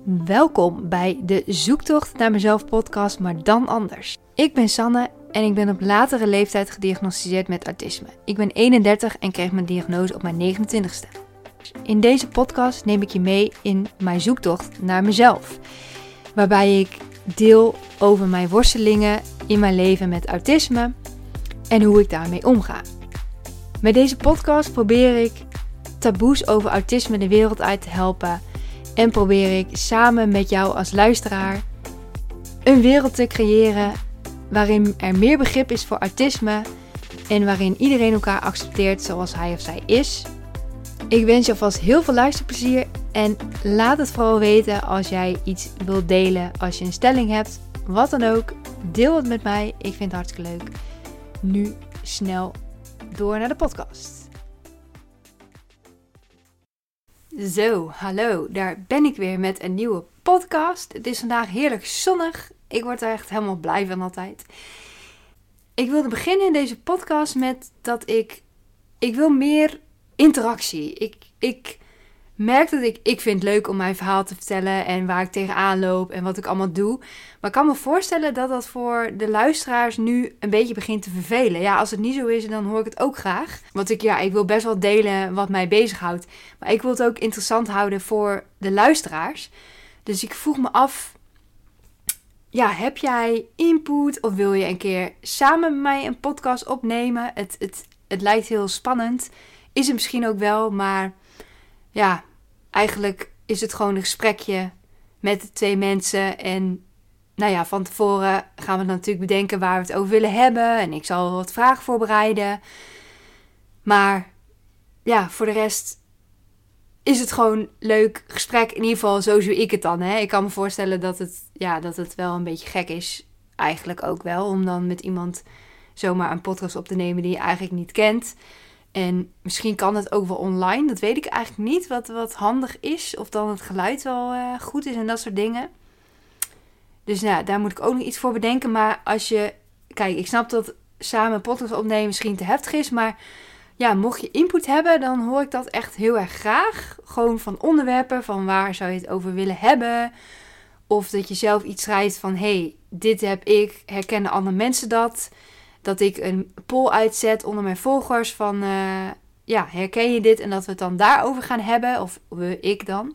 Welkom bij de Zoektocht naar mezelf podcast, maar dan anders. Ik ben Sanne en ik ben op latere leeftijd gediagnosticeerd met autisme. Ik ben 31 en kreeg mijn diagnose op mijn 29ste. In deze podcast neem ik je mee in mijn zoektocht naar mezelf. Waarbij ik deel over mijn worstelingen in mijn leven met autisme en hoe ik daarmee omga. Met deze podcast probeer ik taboes over autisme de wereld uit te helpen. En probeer ik samen met jou als luisteraar een wereld te creëren waarin er meer begrip is voor autisme en waarin iedereen elkaar accepteert zoals hij of zij is. Ik wens je alvast heel veel luisterplezier en laat het vooral weten als jij iets wilt delen, als je een stelling hebt, wat dan ook. Deel het met mij, ik vind het hartstikke leuk. Nu snel door naar de podcast. Zo, hallo, daar ben ik weer met een nieuwe podcast. Het is vandaag heerlijk zonnig. Ik word er echt helemaal blij van altijd. Ik wilde beginnen in deze podcast met dat ik wil meer interactie. Ik merk dat ik vind het leuk om mijn verhaal te vertellen en waar ik tegenaan loop en wat ik allemaal doe. Maar ik kan me voorstellen dat dat voor de luisteraars nu een beetje begint te vervelen. Ja, als het niet zo is, dan hoor ik het ook graag. Want ik wil best wel delen wat mij bezighoudt. Maar ik wil het ook interessant houden voor de luisteraars. Dus ik vroeg me af, ja, heb jij input of wil je een keer samen met mij een podcast opnemen? Het lijkt heel spannend. Is het misschien ook wel, maar ja, eigenlijk is het gewoon een gesprekje met twee mensen. En nou ja, van tevoren gaan we natuurlijk bedenken waar we het over willen hebben. En ik zal wat vragen voorbereiden. Maar ja, voor de rest is het gewoon leuk gesprek. In ieder geval, zo zie ik het dan. Hè. Ik kan me voorstellen dat het wel een beetje gek is. Eigenlijk ook wel. Om dan met iemand zomaar een podcast op te nemen die je eigenlijk niet kent. En misschien kan het ook wel online. Dat weet ik eigenlijk niet. Wat handig is. Of dan het geluid wel goed is en dat soort dingen. Dus nou, daar moet ik ook nog iets voor bedenken. Maar kijk, ik snap dat samen een podcast opnemen misschien te heftig is. Maar ja, mocht je input hebben, dan hoor ik dat echt heel erg graag. Gewoon van onderwerpen. Van waar zou je het over willen hebben. Of dat je zelf iets schrijft van, hey, dit heb ik. Herkennen andere mensen dat? Dat ik een poll uitzet onder mijn volgers van, herken je dit? En dat we het dan daarover gaan hebben. Of ik dan.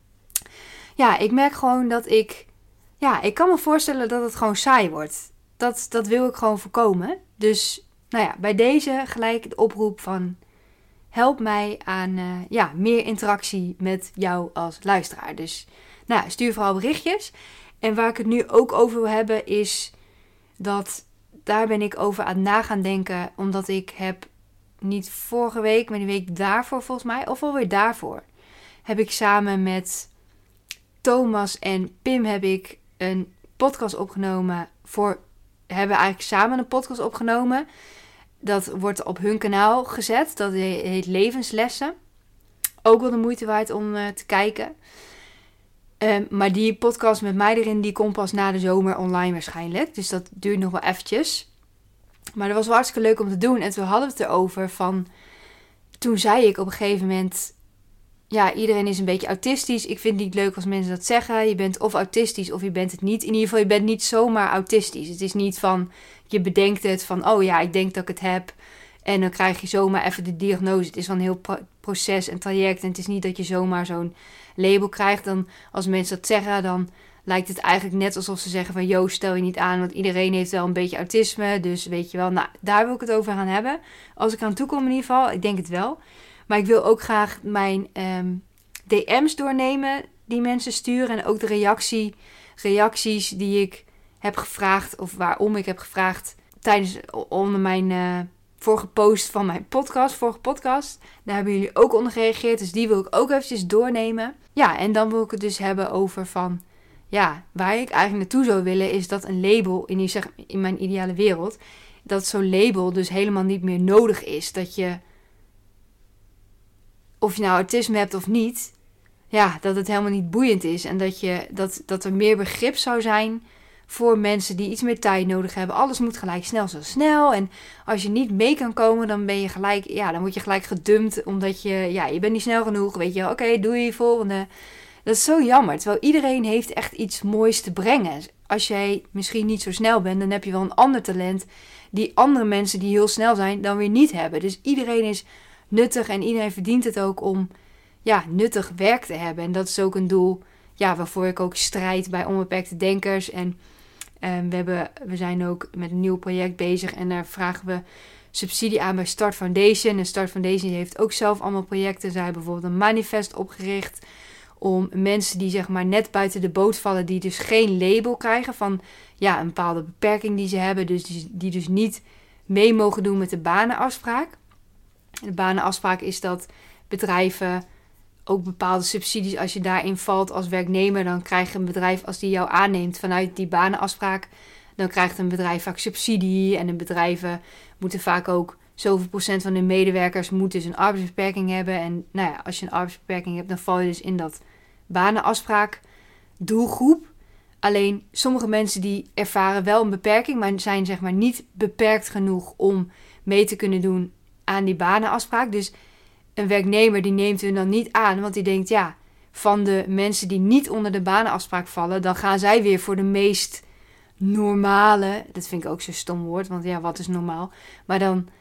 Ja, ik merk gewoon dat ik kan me voorstellen dat het gewoon saai wordt. Dat wil ik gewoon voorkomen. Dus, nou ja, bij deze gelijk de oproep van, help mij aan meer interactie met jou als luisteraar. Dus, nou, stuur vooral berichtjes. En waar ik het nu ook over wil hebben is dat, daar ben ik over aan het nagaan denken. Omdat ik heb niet vorige week, maar de week daarvoor volgens mij, of alweer daarvoor, heb ik samen met Thomas en Pim heb ik een podcast opgenomen. Hebben eigenlijk samen een podcast opgenomen. Dat wordt op hun kanaal gezet. Dat heet Levenslessen. Ook wel de moeite waard om te kijken. Maar die podcast met mij erin, die komt pas na de zomer online waarschijnlijk. Dus dat duurt nog wel eventjes. Maar dat was wel hartstikke leuk om te doen. En toen hadden we het erover van, toen zei ik op een gegeven moment, ja, iedereen is een beetje autistisch. Ik vind het niet leuk als mensen dat zeggen. Je bent of autistisch of je bent het niet. In ieder geval, je bent niet zomaar autistisch. Het is niet van, je bedenkt het van, oh ja, ik denk dat ik het heb. En dan krijg je zomaar even de diagnose. Het is wel een heel proces en traject. En het is niet dat je zomaar zo'n label krijgt. Dan, als mensen dat zeggen, dan lijkt het eigenlijk net alsof ze zeggen van, yo, stel je niet aan, want iedereen heeft wel een beetje autisme. Dus weet je wel, nou, daar wil ik het over gaan hebben. Als ik aan toe kom in ieder geval, ik denk het wel. Maar ik wil ook graag mijn DM's doornemen die mensen sturen. En ook de reacties die ik heb gevraagd, of waarom ik heb gevraagd onder mijn vorige post van mijn vorige podcast. Daar hebben jullie ook onder gereageerd. Dus die wil ik ook eventjes doornemen. Ja, en dan wil ik het dus hebben over van, ja, waar ik eigenlijk naartoe zou willen, is dat een label in mijn ideale wereld, dat zo'n label dus helemaal niet meer nodig is. Dat je, of je nou autisme hebt of niet, ja, dat het helemaal niet boeiend is. En dat er meer begrip zou zijn voor mensen die iets meer tijd nodig hebben. Alles moet gelijk snel. En als je niet mee kan komen, dan ben je gelijk, dan word je gelijk gedumpt. Omdat je bent niet snel genoeg. Weet je, oké, doei, volgende. Dat is zo jammer. Terwijl iedereen heeft echt iets moois te brengen. Als jij misschien niet zo snel bent, dan heb je wel een ander talent die andere mensen die heel snel zijn dan weer niet hebben. Dus iedereen is nuttig en iedereen verdient het ook om nuttig werk te hebben. En dat is ook een doel waarvoor ik ook strijd bij Onbeperkte Denkers. En we zijn ook met een nieuw project bezig en daar vragen we subsidie aan bij Start Foundation. En Start Foundation heeft ook zelf allemaal projecten. Zij hebben bijvoorbeeld een manifest opgericht om mensen die zeg maar net buiten de boot vallen, die dus geen label krijgen van een bepaalde beperking die ze hebben, dus die dus niet mee mogen doen met de banenafspraak. De banenafspraak is dat bedrijven ook bepaalde subsidies, als je daarin valt als werknemer, dan krijgt een bedrijf, als die jou aanneemt vanuit die banenafspraak, dan krijgt een bedrijf vaak subsidie. En de bedrijven moeten vaak ook zoveel procent van de medewerkers moet dus een arbeidsbeperking hebben. En als je een arbeidsbeperking hebt, dan val je dus in dat banenafspraak doelgroep. Alleen sommige mensen die ervaren wel een beperking, maar zijn zeg maar niet beperkt genoeg om mee te kunnen doen aan die banenafspraak. Dus een werknemer die neemt hun dan niet aan, want die denkt van de mensen die niet onder de banenafspraak vallen, dan gaan zij weer voor de meest normale, dat vind ik ook zo'n stom woord, want wat is normaal? Maar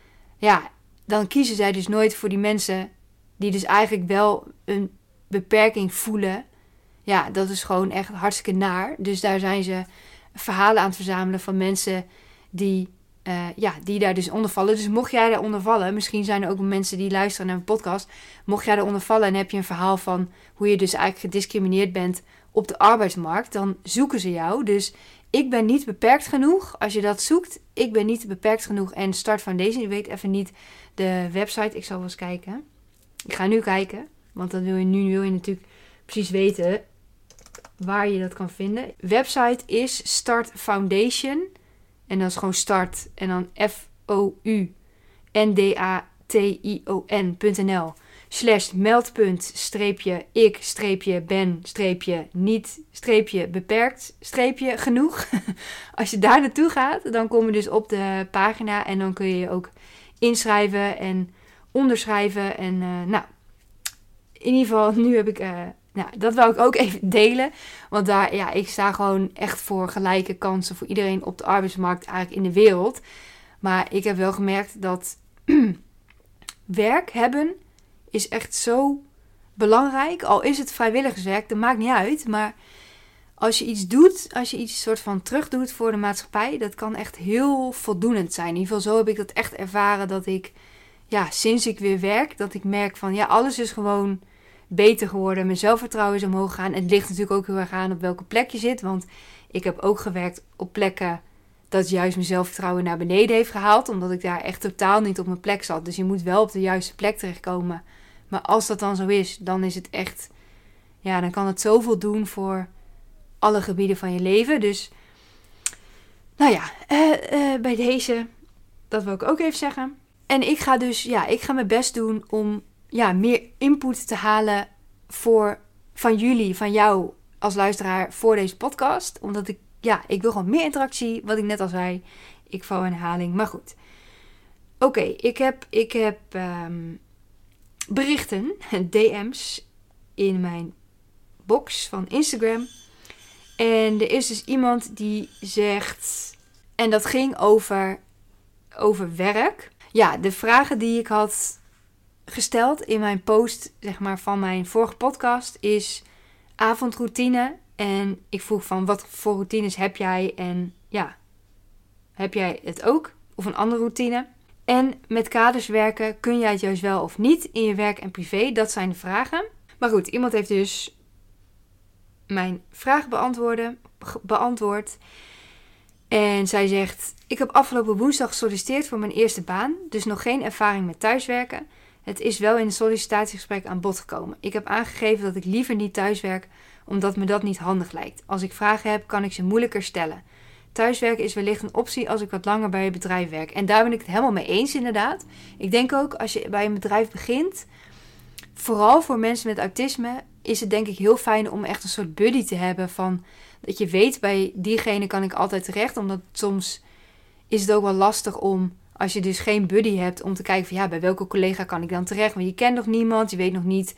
dan kiezen zij dus nooit voor die mensen die dus eigenlijk wel een beperking voelen. Ja, dat is gewoon echt hartstikke naar. Dus daar zijn ze verhalen aan het verzamelen van mensen die daar dus onder vallen. Dus mocht jij daaronder vallen, misschien zijn er ook mensen die luisteren naar mijn podcast. Mocht jij daaronder vallen en heb je een verhaal van hoe je dus eigenlijk gediscrimineerd bent op de arbeidsmarkt, dan zoeken ze jou. Dus ik ben niet beperkt genoeg. Als je dat zoekt, ik ben niet beperkt genoeg. En Start Foundation, ik weet even niet de website. Ik zal wel eens kijken. Ik ga nu kijken, want dan wil je natuurlijk precies weten waar je dat kan vinden. Website is Start Foundation. En dat is gewoon start. En dan FOUNDATION.nl /meld.ik-ben-niet-beperkt-genoeg. Als je daar naartoe gaat, dan kom je dus op de pagina. En dan kun je je ook inschrijven en onderschrijven. En in ieder geval, nu heb ik dat wou ik ook even delen. Want daar, ik sta gewoon echt voor gelijke kansen voor iedereen op de arbeidsmarkt eigenlijk in de wereld. Maar ik heb wel gemerkt dat werk hebben is echt zo belangrijk. Al is het vrijwilligerswerk, dat maakt niet uit. Maar als je iets doet, als je iets soort van terug doet voor de maatschappij, dat kan echt heel voldoenend zijn. In ieder geval zo heb ik dat echt ervaren dat ik, sinds ik weer werk, dat ik merk van, alles is gewoon beter geworden. Mijn zelfvertrouwen is omhoog gegaan. Het ligt natuurlijk ook heel erg aan op welke plek je zit. Want ik heb ook gewerkt op plekken dat juist mijn zelfvertrouwen naar beneden heeft gehaald. Omdat ik daar echt totaal niet op mijn plek zat. Dus je moet wel op de juiste plek terechtkomen. Maar als dat dan zo is, dan is het echt, dan kan het zoveel doen voor alle gebieden van je leven. Dus, bij deze, dat wil ik ook even zeggen. En ik ga dus, ik ga mijn best doen om meer input te halen van jullie, van jou als luisteraar voor deze podcast. Omdat ik wil gewoon meer interactie, wat ik net al zei. Ik val in herhaling, maar goed. Oké, ik heb berichten, DM's in mijn box van Instagram. En er is dus iemand die zegt, en dat ging over werk. Ja, de vragen die ik had gesteld in mijn post, zeg maar, van mijn vorige podcast is avondroutine. En ik vroeg van, wat voor routines heb jij? En heb jij het ook? Of een andere routine? En met kaders werken, kun jij het juist wel of niet in je werk en privé? Dat zijn de vragen. Maar goed, iemand heeft dus mijn vraag beantwoord. En zij zegt, ik heb afgelopen woensdag gesolliciteerd voor mijn eerste baan. Dus nog geen ervaring met thuiswerken. Het is wel in een sollicitatiegesprek aan bod gekomen. Ik heb aangegeven dat ik liever niet thuiswerk, omdat me dat niet handig lijkt. Als ik vragen heb, kan ik ze moeilijker stellen. Thuiswerken is wellicht een optie als ik wat langer bij het bedrijf werk. En daar ben ik het helemaal mee eens inderdaad. Ik denk ook, als je bij een bedrijf begint, vooral voor mensen met autisme, is het denk ik heel fijn om echt een soort buddy te hebben van, dat je weet, bij diegene kan ik altijd terecht. Omdat soms is het ook wel lastig om, als je dus geen buddy hebt, om te kijken van, bij welke collega kan ik dan terecht? Want je kent nog niemand, je weet nog niet,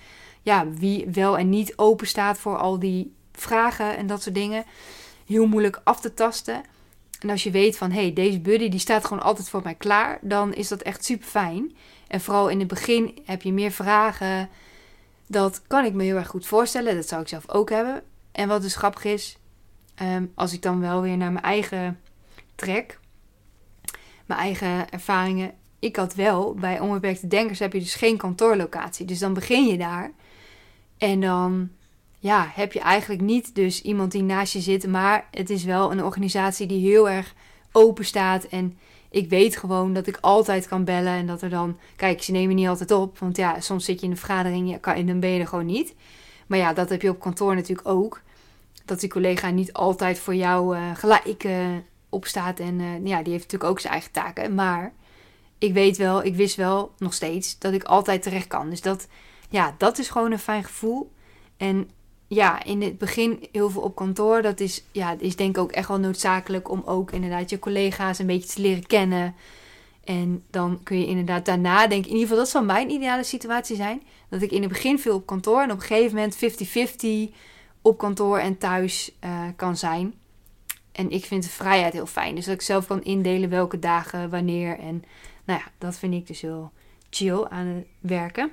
wie wel en niet open staat voor al die vragen en dat soort dingen. Heel moeilijk af te tasten. En als je weet van, deze buddy die staat gewoon altijd voor mij klaar, dan is dat echt super fijn. En vooral in het begin heb je meer vragen. Dat kan ik me heel erg goed voorstellen. Dat zou ik zelf ook hebben. En wat dus grappig is, als ik dan wel weer naar mijn eigen trek, mijn eigen ervaringen. Ik had wel, bij Onbeperkte Denkers heb je dus geen kantoorlocatie. Dus dan begin je daar. En dan heb je eigenlijk niet dus iemand die naast je zit. Maar het is wel een organisatie die heel erg open staat. En ik weet gewoon dat ik altijd kan bellen. En dat er dan, kijk, ze nemen niet altijd op. Want soms zit je in een vergadering en dan ben je er gewoon niet. Maar dat heb je op kantoor natuurlijk ook. Dat die collega niet altijd voor jou gelijk opstaat. En die heeft natuurlijk ook zijn eigen taken. Maar ik wist wel nog steeds dat ik altijd terecht kan. Dus dat is gewoon een fijn gevoel. En in het begin heel veel op kantoor. Dat is denk ik ook echt wel noodzakelijk om ook inderdaad je collega's een beetje te leren kennen. En dan kun je inderdaad daarna denken, in ieder geval dat zal mijn ideale situatie zijn. Dat ik in het begin veel op kantoor en op een gegeven moment 50-50 op kantoor en thuis kan zijn. En ik vind de vrijheid heel fijn. Dus dat ik zelf kan indelen welke dagen, wanneer. En dat vind ik dus heel chill aan het werken.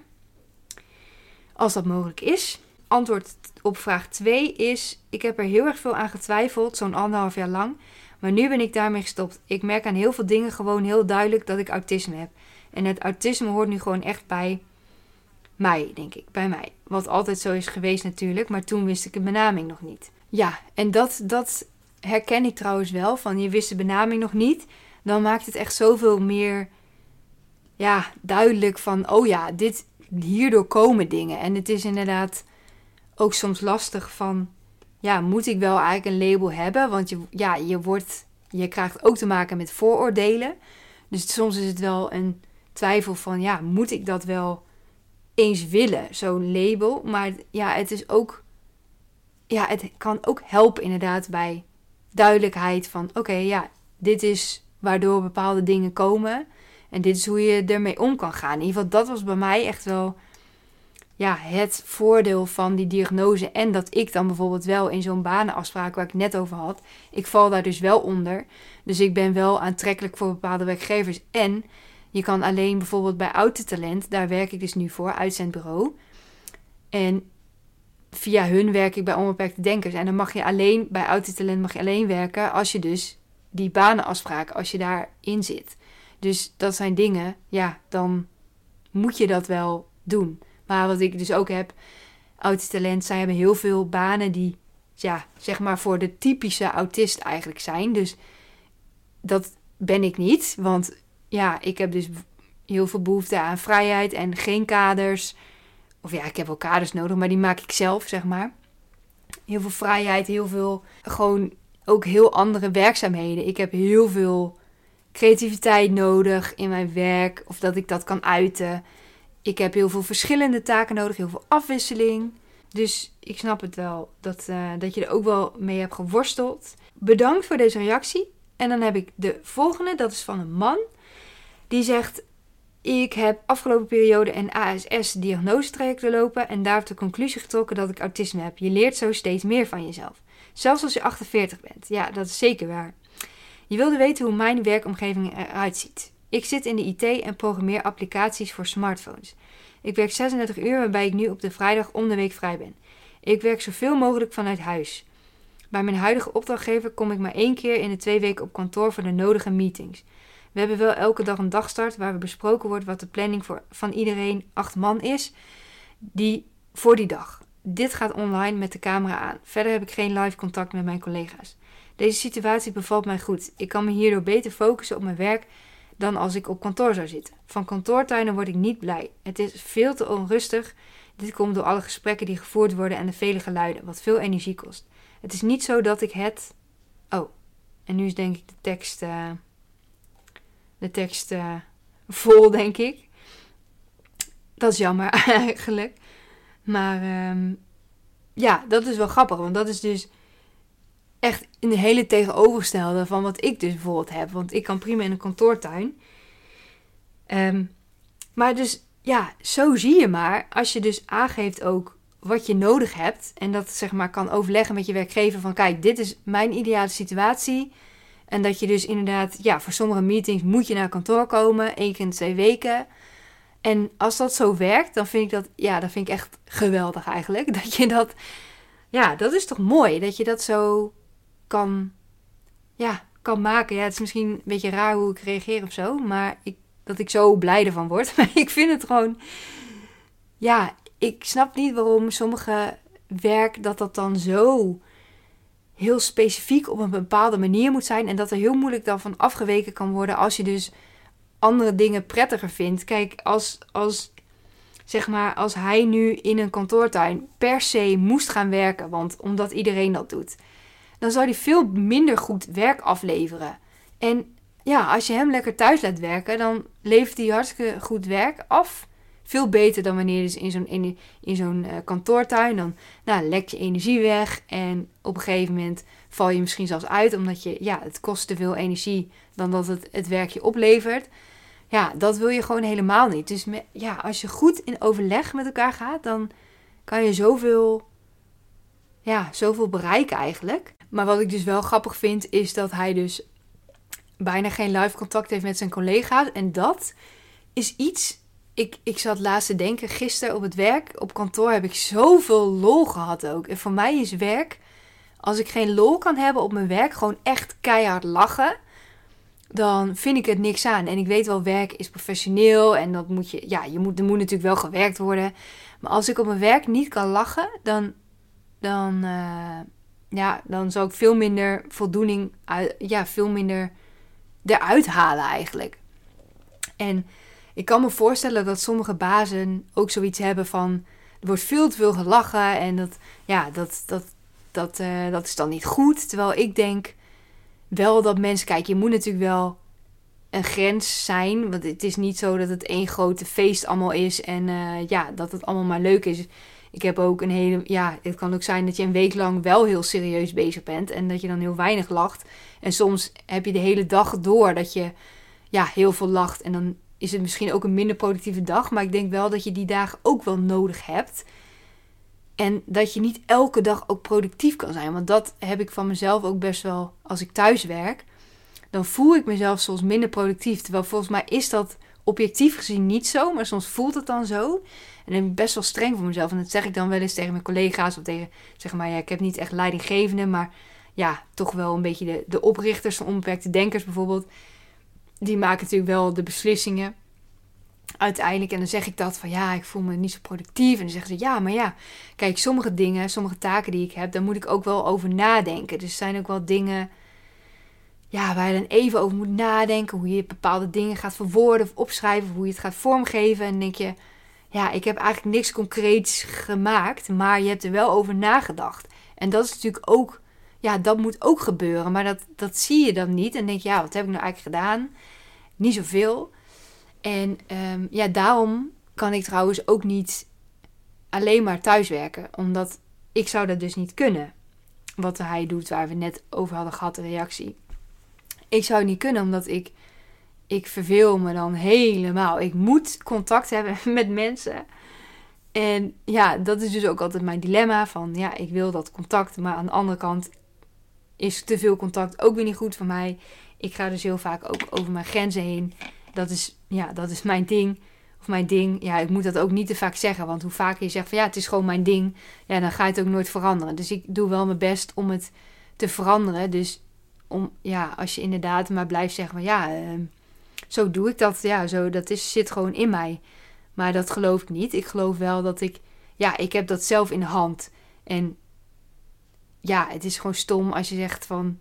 Als dat mogelijk is. Antwoord op vraag 2 is, ik heb er heel erg veel aan getwijfeld, zo'n 1,5 jaar lang. Maar nu ben ik daarmee gestopt. Ik merk aan heel veel dingen gewoon heel duidelijk dat ik autisme heb. En het autisme hoort nu gewoon echt bij mij, denk ik. Bij mij. Wat altijd zo is geweest natuurlijk. Maar toen wist ik de benaming nog niet. Ja, en dat herken ik trouwens wel. Van je wist de benaming nog niet. Dan maakt het echt zoveel meer duidelijk van, hierdoor komen dingen. En het is inderdaad ook soms lastig van, moet ik wel eigenlijk een label hebben? Want je krijgt ook te maken met vooroordelen. Dus soms is het wel een twijfel van, moet ik dat wel eens willen, zo'n label? Maar het is ook, het kan ook helpen inderdaad bij duidelijkheid van, dit is waardoor bepaalde dingen komen. En dit is hoe je ermee om kan gaan. In ieder geval, dat was bij mij echt wel het voordeel van die diagnose. En dat ik dan bijvoorbeeld wel in zo'n banenafspraak waar ik net over had. Ik val daar dus wel onder. Dus ik ben wel aantrekkelijk voor bepaalde werkgevers. En je kan alleen bijvoorbeeld bij Autotalent, daar werk ik dus nu voor, uitzendbureau. En via hun werk ik bij Onbeperkte Denkers. En dan mag je alleen, bij Autotalent werken als je dus die banenafspraak, als je daarin zit. Dus dat zijn dingen, dan moet je dat wel doen. Maar wat ik dus ook heb, Autotalent, zij hebben heel veel banen die, zeg maar voor de typische autist eigenlijk zijn. Dus dat ben ik niet, want ik heb dus heel veel behoefte aan vrijheid en geen kaders. Of ik heb wel kaders nodig, maar die maak ik zelf, zeg maar. Heel veel vrijheid, heel veel, gewoon ook heel andere werkzaamheden. Ik heb heel veel creativiteit nodig in mijn werk, of dat ik dat kan uiten. Ik heb heel veel verschillende taken nodig, heel veel afwisseling. Dus ik snap het wel, dat je er ook wel mee hebt geworsteld. Bedankt voor deze reactie. En dan heb ik de volgende, dat is van een man. Die zegt, ik heb afgelopen periode een ASS-diagnosetraject doorlopen en daar heb de conclusie getrokken dat ik autisme heb. Je leert zo steeds meer van jezelf. Zelfs als je 48 bent. Ja, dat is zeker waar. Je wilde weten hoe mijn werkomgeving eruit ziet. Ik zit in de IT en programmeer applicaties voor smartphones. Ik werk 36 uur, waarbij ik nu op de vrijdag om de week vrij ben. Ik werk zoveel mogelijk vanuit huis. Bij mijn huidige opdrachtgever kom ik maar 1 keer in de 2 weken op kantoor voor de nodige meetings. We hebben wel elke dag een dagstart waar besproken wordt wat de planning van iedereen 8 man is voor die dag. Dit gaat online met de camera aan. Verder heb ik geen live contact met mijn collega's. Deze situatie bevalt mij goed. Ik kan me hierdoor beter focussen op mijn werk dan als ik op kantoor zou zitten. Van kantoortuinen word ik niet blij. Het is veel te onrustig. Dit komt door alle gesprekken die gevoerd worden en de vele geluiden, wat veel energie kost. Het is niet zo dat ik het... Oh, en nu is denk ik de tekst vol, denk ik. Dat is jammer eigenlijk. Maar dat is wel grappig, want dat is dus echt een hele tegenovergestelde van wat ik dus bijvoorbeeld heb. Want ik kan prima in een kantoortuin. Maar dus ja, zo zie je maar. Als je dus aangeeft ook wat je nodig hebt. En dat zeg maar kan overleggen met je werkgever van kijk, dit is mijn ideale situatie. En dat je dus inderdaad, ja, voor sommige meetings moet je naar kantoor komen. 1 keer in 2 weken. En als dat zo werkt, dan vind ik dat, ja, dat vind ik echt geweldig eigenlijk. Dat je dat, ja, dat is toch mooi. Dat je dat zo kan, ja, kan maken. Ja, het is misschien een beetje raar hoe ik reageer of zo. Maar dat ik zo blij ervan word. Maar ik vind het gewoon, ja, ik snap niet waarom sommige werk dat dan zo heel specifiek op een bepaalde manier moet zijn. En dat er heel moeilijk dan van afgeweken kan worden als je dus andere dingen prettiger vindt. Kijk, zeg maar, als hij nu in een kantoortuin per se moest gaan werken, want omdat iedereen dat doet, dan zou hij veel minder goed werk afleveren. En ja, als je hem lekker thuis laat werken, dan levert hij hartstikke goed werk af. Veel beter dan wanneer je dus in zo'n kantoortuin, dan lek je energie weg. En op een gegeven moment val je misschien zelfs uit, omdat het kost te veel energie dan dat het werk je oplevert. Ja, dat wil je gewoon helemaal niet. Dus als je goed in overleg met elkaar gaat, dan kan je zoveel bereiken eigenlijk. Maar wat ik dus wel grappig vind, is dat hij dus bijna geen live contact heeft met zijn collega's. En dat is iets, ik zat laatst te denken, gisteren op het werk, op kantoor heb ik zoveel lol gehad ook. En voor mij is werk, als ik geen lol kan hebben op mijn werk, gewoon echt keihard lachen, dan vind ik het niks aan. En ik weet wel, werk is professioneel en dat moet er moet natuurlijk wel gewerkt worden. Maar als ik op mijn werk niet kan lachen, dan zou ik veel minder voldoening, veel minder eruit halen eigenlijk. En ik kan me voorstellen dat sommige bazen ook zoiets hebben van, er wordt veel te veel gelachen en dat is dan niet goed. Terwijl ik denk wel dat mensen, kijk, je moet natuurlijk wel een grens zijn. Want het is niet zo dat het één grote feest allemaal is en dat het allemaal maar leuk is. Ik heb ook het kan ook zijn dat je een week lang wel heel serieus bezig bent en dat je dan heel weinig lacht. En soms heb je de hele dag door dat je heel veel lacht en dan is het misschien ook een minder productieve dag. Maar ik denk wel dat je die dagen ook wel nodig hebt. En dat je niet elke dag ook productief kan zijn. Want dat heb ik van mezelf ook best wel als ik thuis werk. Dan voel ik mezelf soms minder productief. Terwijl volgens mij is dat objectief gezien niet zo. Maar soms voelt het dan zo. En dan ben ik best wel streng voor mezelf. En dat zeg ik dan wel eens tegen mijn collega's. Of tegen, zeg maar, ik heb niet echt leidinggevende. Maar toch wel een beetje de oprichters van Onbeperkte Denkers bijvoorbeeld. Die maken natuurlijk wel de beslissingen uiteindelijk. En dan zeg ik dat van ik voel me niet zo productief. En dan zeggen ze kijk, sommige taken die ik heb, daar moet ik ook wel over nadenken. Dus er zijn ook wel dingen waar je dan even over moet nadenken. Hoe je bepaalde dingen gaat verwoorden of opschrijven. Of hoe je het gaat vormgeven. En dan denk je, ik heb eigenlijk niks concreets gemaakt. Maar je hebt er wel over nagedacht. En dat is natuurlijk ook, dat moet ook gebeuren. Maar dat zie je dan niet. En denk je, wat heb ik nou eigenlijk gedaan? Niet zoveel. En daarom kan ik trouwens ook niet alleen maar thuiswerken. Omdat ik zou dat dus niet kunnen. Wat hij doet, waar we net over hadden gehad, de reactie. Ik zou het niet kunnen, omdat ik verveel me dan helemaal. Ik moet contact hebben met mensen. En dat is dus ook altijd mijn dilemma. Van ik wil dat contact. Maar aan de andere kant is te veel contact ook weer niet goed voor mij. Ik ga dus heel vaak ook over mijn grenzen heen. Dat is mijn ding. Of mijn ding. Ja, ik moet dat ook niet te vaak zeggen. Want hoe vaker je zegt van het is gewoon mijn ding. Ja, dan ga je het ook nooit veranderen. Dus ik doe wel mijn best om het te veranderen. Dus als je inderdaad maar blijft zeggen van zo doe ik dat. Ja, zit gewoon in mij. Maar dat geloof ik niet. Ik geloof wel dat ik heb dat zelf in de hand. En het is gewoon stom als je zegt van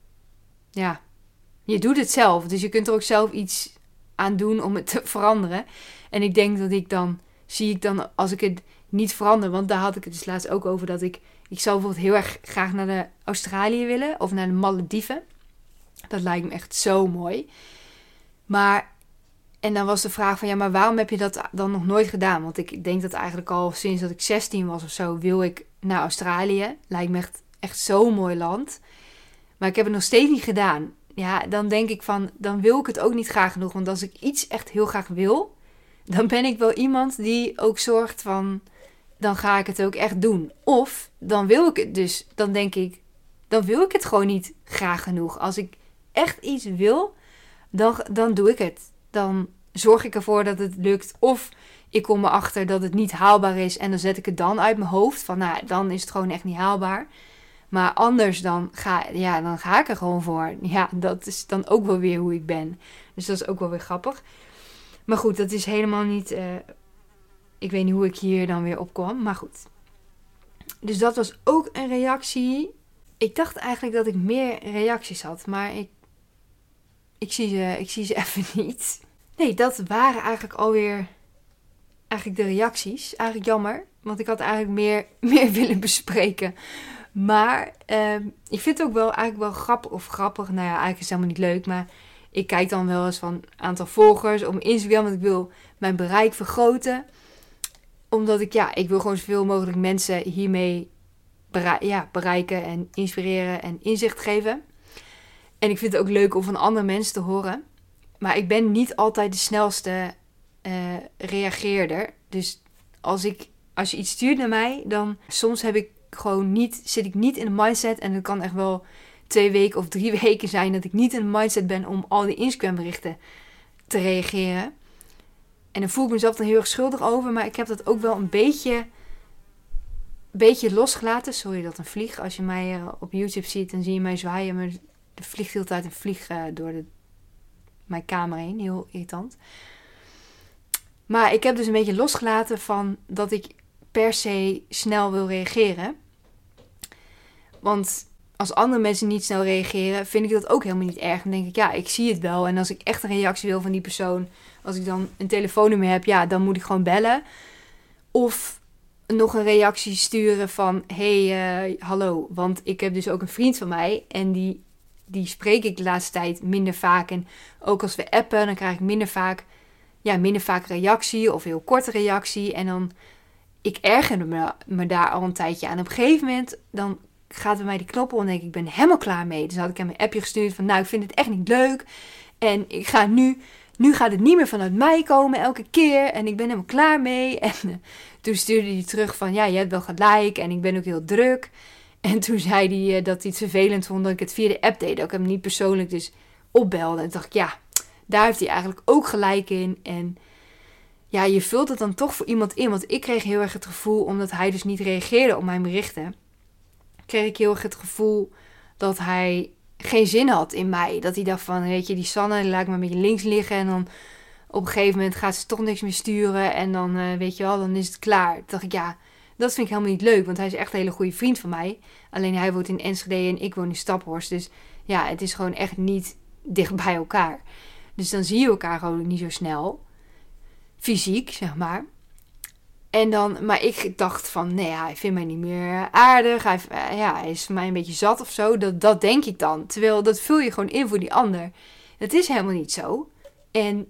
je doet het zelf. Dus je kunt er ook zelf iets aan doen om het te veranderen. En ik denk dat zie ik dan als ik het niet verander. Want daar had ik het dus laatst ook over. Dat ik zou bijvoorbeeld heel erg graag naar de Australië willen. Of naar de Malediven. Dat lijkt me echt zo mooi. En dan was de vraag van maar waarom heb je dat dan nog nooit gedaan? Want ik denk dat eigenlijk al sinds dat ik 16 was of zo wil ik naar Australië. Lijkt me echt zo'n mooi land. Maar ik heb het nog steeds niet gedaan. Ja, dan denk ik van, dan wil ik het ook niet graag genoeg. Want als ik iets echt heel graag wil, dan ben ik wel iemand die ook zorgt van, dan ga ik het ook echt doen. Of dan wil ik het dus, dan denk ik, dan wil ik het gewoon niet graag genoeg. Als ik echt iets wil, dan doe ik het. Dan zorg ik ervoor dat het lukt. Of ik kom erachter dat het niet haalbaar is en dan zet ik het dan uit mijn hoofd. Van nou, dan is het gewoon echt niet haalbaar. Maar anders dan ga ik er gewoon voor. Ja, dat is dan ook wel weer hoe ik ben. Dus dat is ook wel weer grappig. Maar goed, dat is helemaal niet... ik weet niet hoe ik hier dan weer op kwam. Maar goed. Dus dat was ook een reactie. Ik dacht eigenlijk dat ik meer reacties had. Maar ik zie ze even niet. Nee, dat waren eigenlijk alweer de reacties. Eigenlijk jammer. Want ik had eigenlijk meer willen bespreken. Maar ik vind het ook wel eigenlijk wel grappig. Nou ja, eigenlijk is het helemaal niet leuk. Maar ik kijk dan wel eens van aantal volgers op mijn Instagram. Want ik wil mijn bereik vergroten. Omdat ik wil gewoon zoveel mogelijk mensen hiermee bereiken en inspireren en inzicht geven. En ik vind het ook leuk om van andere mensen te horen. Maar ik ben niet altijd de snelste reageerder. Dus als je iets stuurt naar mij, dan soms zit ik niet in de mindset. En het kan echt wel 2 weken of 3 weken zijn dat ik niet in de mindset ben om al die Instagram berichten te reageren. En dan voel ik mezelf dan heel erg schuldig over. Maar ik heb dat ook wel een beetje losgelaten. Sorry, dat een vlieg. Als je mij op YouTube ziet, dan zie je mij zwaaien. Maar er vliegt de hele tijd een vlieg door mijn kamer heen. Heel irritant. Maar ik heb dus een beetje losgelaten van dat ik per se snel wil reageren. Want als andere mensen niet snel reageren, vind ik dat ook helemaal niet erg. Dan denk ik, ik zie het wel. En als ik echt een reactie wil van die persoon, als ik dan een telefoonnummer heb, dan moet ik gewoon bellen. Of nog een reactie sturen van, hey, hallo. Want ik heb dus ook een vriend van mij en die spreek ik de laatste tijd minder vaak. En ook als we appen, dan krijg ik minder vaak reactie of heel korte reactie. En dan, ik ergerde me daar al een tijdje aan. Op een gegeven moment, dan gaat bij mij die knop om en denk ik ben helemaal klaar mee. Dus had ik hem een appje gestuurd van, ik vind het echt niet leuk. En ik ga nu gaat het niet meer vanuit mij komen elke keer. En ik ben helemaal klaar mee. En toen stuurde hij terug van, je hebt wel gelijk. En ik ben ook heel druk. En toen zei hij dat hij het vervelend vond dat ik het via de app deed. Dat ik hem niet persoonlijk dus opbelde. En dacht ik, daar heeft hij eigenlijk ook gelijk in. En je vult het dan toch voor iemand in. Want ik kreeg heel erg het gevoel, omdat hij dus niet reageerde op mijn berichten, kreeg ik heel erg het gevoel dat hij geen zin had in mij. Dat hij dacht van, weet je, die Sanne, die laat ik maar een beetje links liggen. En dan op een gegeven moment gaat ze toch niks meer sturen. En dan, weet je wel, dan is het klaar. Toen dacht ik, dat vind ik helemaal niet leuk. Want hij is echt een hele goede vriend van mij. Alleen hij woont in Enschede en ik woon in Staphorst. Dus het is gewoon echt niet dicht bij elkaar. Dus dan zie je elkaar gewoon niet zo snel. Fysiek, zeg maar. En dan, maar ik dacht van, hij vindt mij niet meer aardig. Hij is mij een beetje zat of zo. Dat denk ik dan. Terwijl, dat vul je gewoon in voor die ander. Dat is helemaal niet zo. En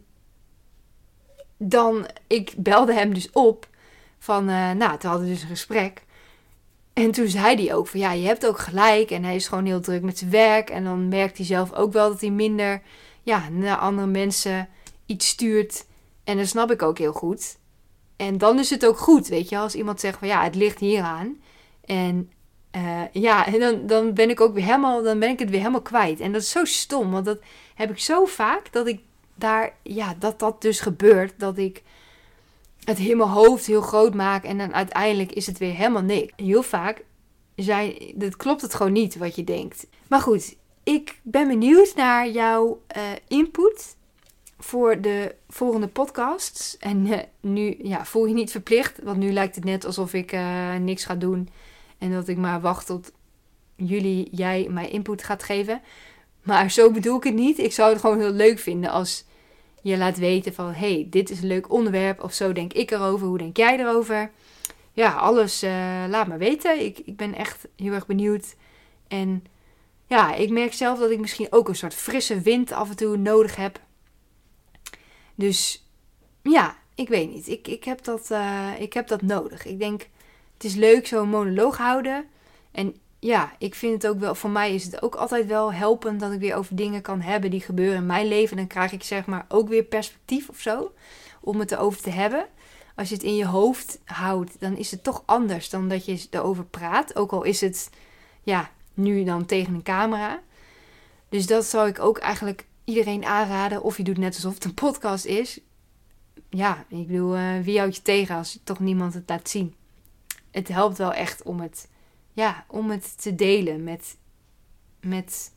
dan, ik belde hem dus op. Van, toen hadden we dus een gesprek. En toen zei hij ook van, je hebt ook gelijk. En hij is gewoon heel druk met zijn werk. En dan merkt hij zelf ook wel dat hij minder, naar andere mensen iets stuurt. En dat snap ik ook heel goed. En dan is het ook goed, weet je. Als iemand zegt van, het ligt hieraan. En en dan ben ik ook weer helemaal, dan ben ik het weer helemaal kwijt. En dat is zo stom, want dat heb ik zo vaak dat ik daar, dat dus gebeurt. Dat ik het in mijn hoofd heel groot maak en dan uiteindelijk is het weer helemaal niks. Heel vaak dat klopt het gewoon niet wat je denkt. Maar goed, ik ben benieuwd naar jouw input voor de volgende podcasts. En nu voel je niet verplicht, want nu lijkt het net alsof ik niks ga doen en dat ik maar wacht tot jij mij input gaat geven. Maar zo bedoel ik het niet. Ik zou het gewoon heel leuk vinden als je laat weten van, hey, dit is een leuk onderwerp of zo denk ik erover. Hoe denk jij erover? Alles laat me weten. Ik ben echt heel erg benieuwd. En ik merk zelf dat ik misschien ook een soort frisse wind af en toe nodig heb. Dus ik weet niet. Ik heb dat nodig. Ik denk, het is leuk zo'n monoloog houden. En ik vind het ook wel, voor mij is het ook altijd wel helpend dat ik weer over dingen kan hebben die gebeuren in mijn leven. Dan krijg ik zeg maar ook weer perspectief of zo. om het erover te hebben. Als je het in je hoofd houdt, dan is het toch anders dan dat je erover praat. Ook al is het nu dan tegen een camera. Dus dat zou ik ook eigenlijk iedereen aanraden. Of je doet net alsof het een podcast is. Ja, ik bedoel, wie houdt je tegen als toch niemand het laat zien? Het helpt wel echt om het te delen met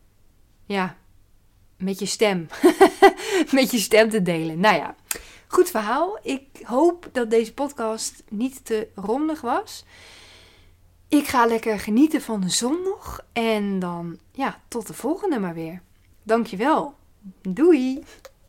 je stem. Met je stem te delen. Nou ja, goed verhaal. Ik hoop dat deze podcast niet te rommelig was. Ik ga lekker genieten van de zon nog. En dan, tot de volgende maar weer. Dankjewel. Doei!